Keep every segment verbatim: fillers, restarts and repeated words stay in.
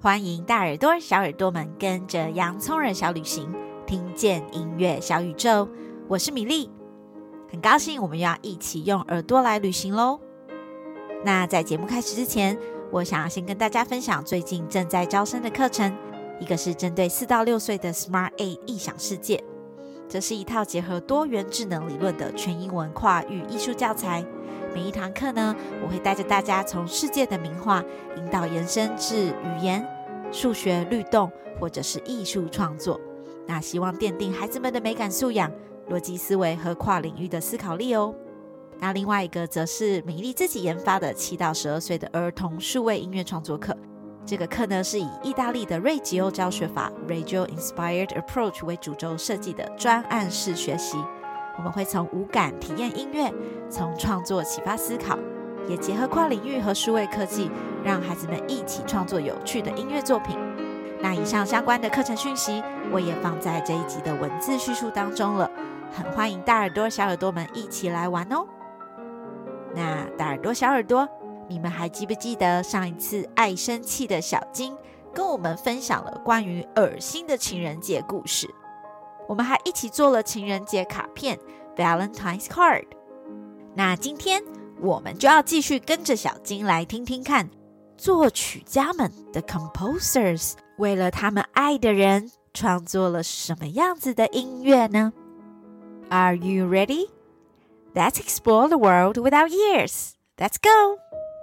欢迎大耳朵小耳朵们跟着洋葱人小旅行，听见音乐小宇宙。我是米粒，很高兴我们又要一起用耳朵来旅行咯。那在节目开始之前，我想要先跟大家分享最近正在招生的课程，一个是针对四到六岁的 Smart A 异想世界，这是一套结合多元智能理论的全英文跨域艺术教材。每一堂课呢，我会带着大家从世界的名画引导延伸至语言、数学、律动或者是艺术创作，那希望奠定孩子们的美感素养、逻辑思维和跨领域的思考力哦。那另外一个则是米粒自己研发的七到十二岁的儿童数位音乐创作课，这个课呢是以意大利的瑞吉欧教学法 Radio Inspired Approach 为主轴设计的专案式学习。我们会从五感体验音乐，从创作启发思考，也结合跨领域和数位科技，让孩子们一起创作有趣的音乐作品。那以上相关的课程讯息，我也放在这一集的文字叙述当中了，很欢迎大耳朵小耳朵们一起来玩哦。那大耳朵小耳朵，你们还记不记得上一次爱生气的小金跟我们分享了关于恶心的情人节故事？我们还一起做了情人节卡片 Valentine's Card。 那今天我们就要继续跟着小金来听听看作曲家们的 composers 为了他们爱的人创作了什么样子的音乐呢？ Are you ready? Let's explore the world without ears. Let's go!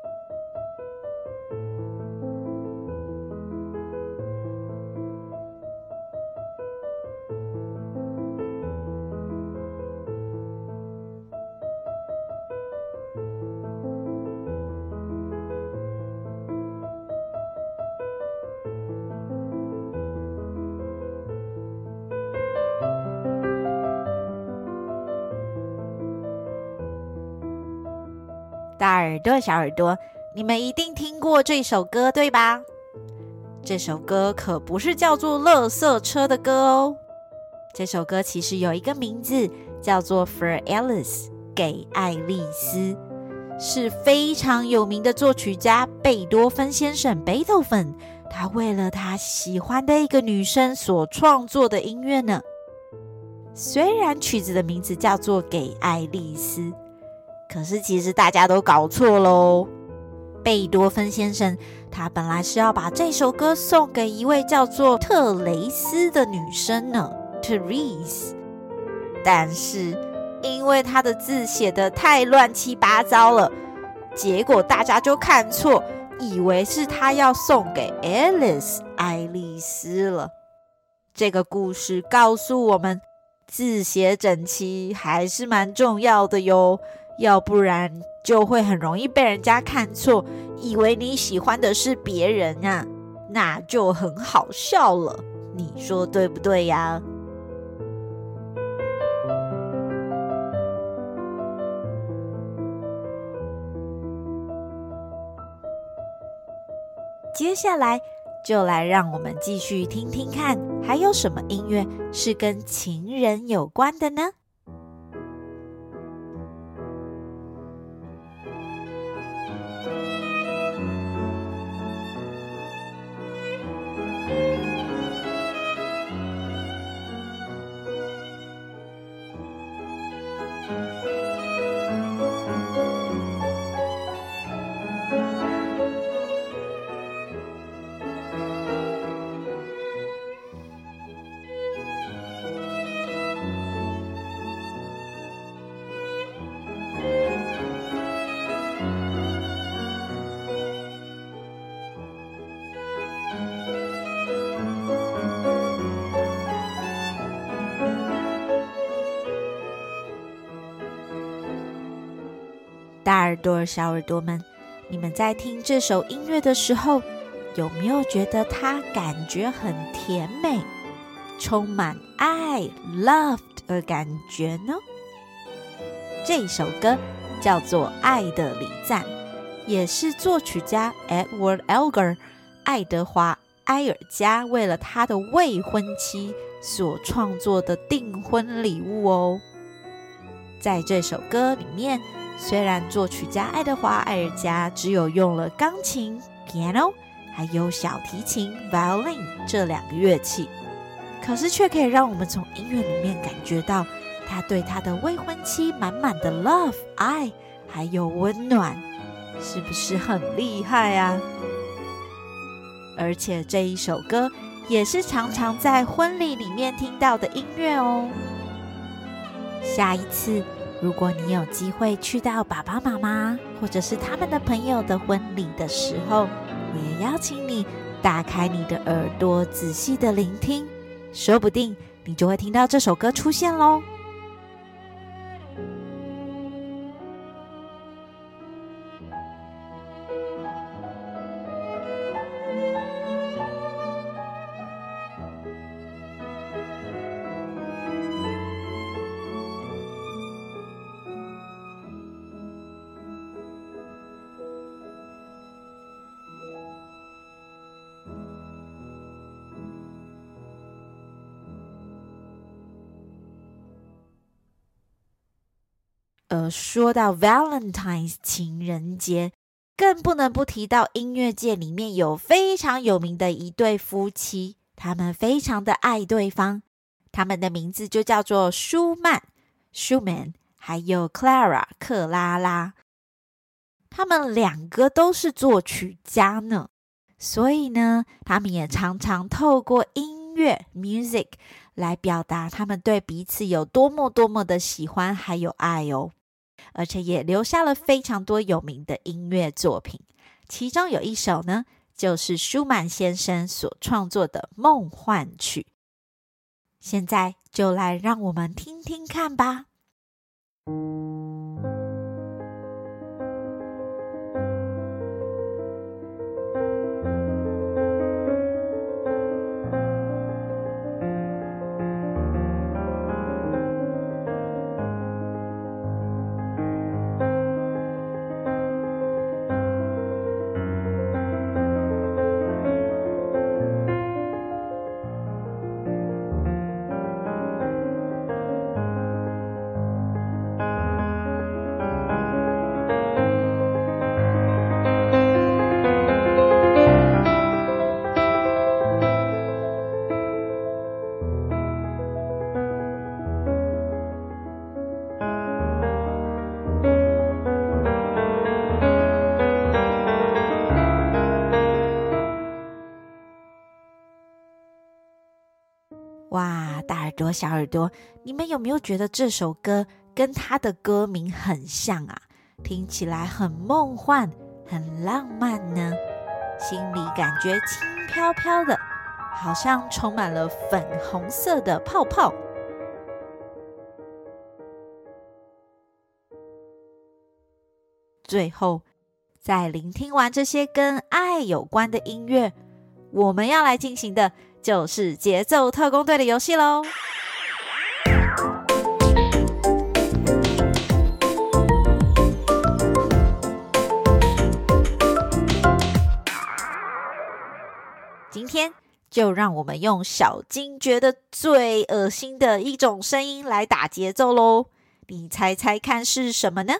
大耳朵小耳朵，你们一定听过这首歌对吧？这首歌可不是叫做垃圾车的歌哦，这首歌其实有一个名字叫做 For Alice 给爱丽丝，是非常有名的作曲家贝多芬先生 Beethoven 他为了他喜欢的一个女生所创作的音乐呢。虽然曲子的名字叫做给爱丽丝，可是其实大家都搞错咯。贝多芬先生他本来是要把这首歌送给一位叫做特蕾丝的女生呢 Therese， 但是因为他的字写得太乱七八糟了，结果大家就看错，以为是他要送给 Alice 爱丽丝了。这个故事告诉我们，字写整齐还是蛮重要的哟，要不然就会很容易被人家看错，以为你喜欢的是别人啊，那就很好笑了，你说对不对呀？接下来就来让我们继续听听看，还有什么音乐是跟情人有关的呢？大耳朵小耳朵们，你们在听这首音乐的时候，有没有觉得它感觉很甜美，充满爱 love 的感觉呢？这首歌叫做《爱的礼赞》，也是作曲家 Edward Elgar 爱德华埃尔加为了他的未婚妻所创作的订婚礼物哦。在这首歌里面，虽然作曲家爱德华埃尔加只有用了钢琴 piano 还有小提琴 violin 这两个乐器，可是却可以让我们从音乐里面感觉到他对他的未婚妻满满的 love 爱还有温暖，是不是很厉害啊？而且这一首歌也是常常在婚礼里面听到的音乐哦。下一次如果你有机会去到爸爸妈妈或者是他们的朋友的婚礼的时候，我也邀请你打开你的耳朵仔细的聆听，说不定你就会听到这首歌出现咯。而说到 Valentine's 情人节，更不能不提到音乐界里面有非常有名的一对夫妻，他们非常的爱对方，他们的名字就叫做舒曼 Schumann 还有 Clara 克拉拉，他们两个都是作曲家呢，所以呢他们也常常透过音乐 music 来表达他们对彼此有多么多么的喜欢还有爱哦，而且也留下了非常多有名的音乐作品，其中有一首呢就是舒曼先生所创作的梦幻曲，现在就来让我们听听看吧。哇，大耳朵小耳朵，你们有没有觉得这首歌跟它的歌名很像啊？听起来很梦幻很浪漫呢，心里感觉轻飘飘的，好像充满了粉红色的泡泡。最后在聆听完这些跟爱有关的音乐，我们要来进行的就是节奏特工队的游戏咯。今天就让我们用小金觉得最恶心的一种声音来打节奏咯，你猜猜看是什么呢？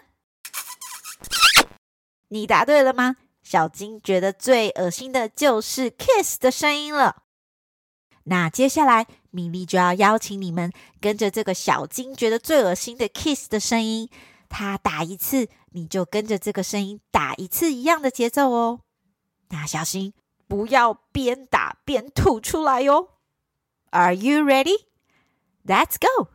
你答对了吗？小金觉得最恶心的就是 kiss 的声音了。那接下来米莉就要邀请你们跟着这个小金觉得最恶心的 kiss 的声音，他打一次你就跟着这个声音打一次一样的节奏哦。那小心不要边打边吐出来哟。 Are you ready? Let's go!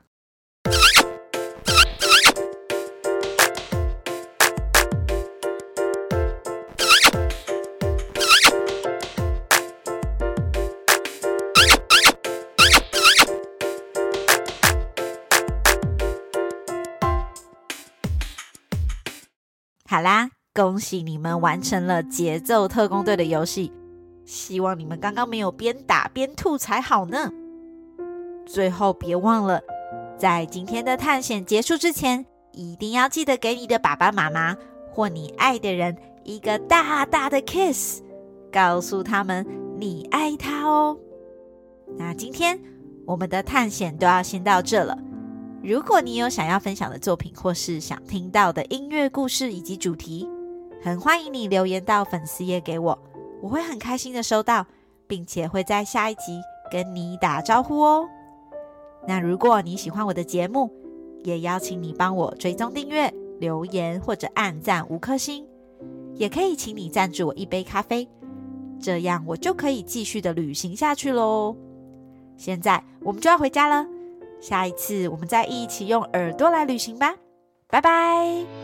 好啦，恭喜你们完成了节奏特工队的游戏，希望你们刚刚没有边打边吐才好呢。最后别忘了，在今天的探险结束之前，一定要记得给你的爸爸妈妈或你爱的人一个大大的 kiss， 告诉他们你爱他哦。那今天我们的探险都要先到这了，如果你有想要分享的作品，或是想听到的音乐故事以及主题，很欢迎你留言到粉丝页给我， 我会很开心的收到，并且会在下一集跟你打招呼哦。那如果你喜欢我的节目，也邀请你帮我追踪订阅、留言或者按赞五颗星，也可以请你赞助我一杯咖啡，这样我就可以继续的旅行下去咯。现在我们就要回家了，下一次我们再一起用耳朵来旅行吧，拜拜。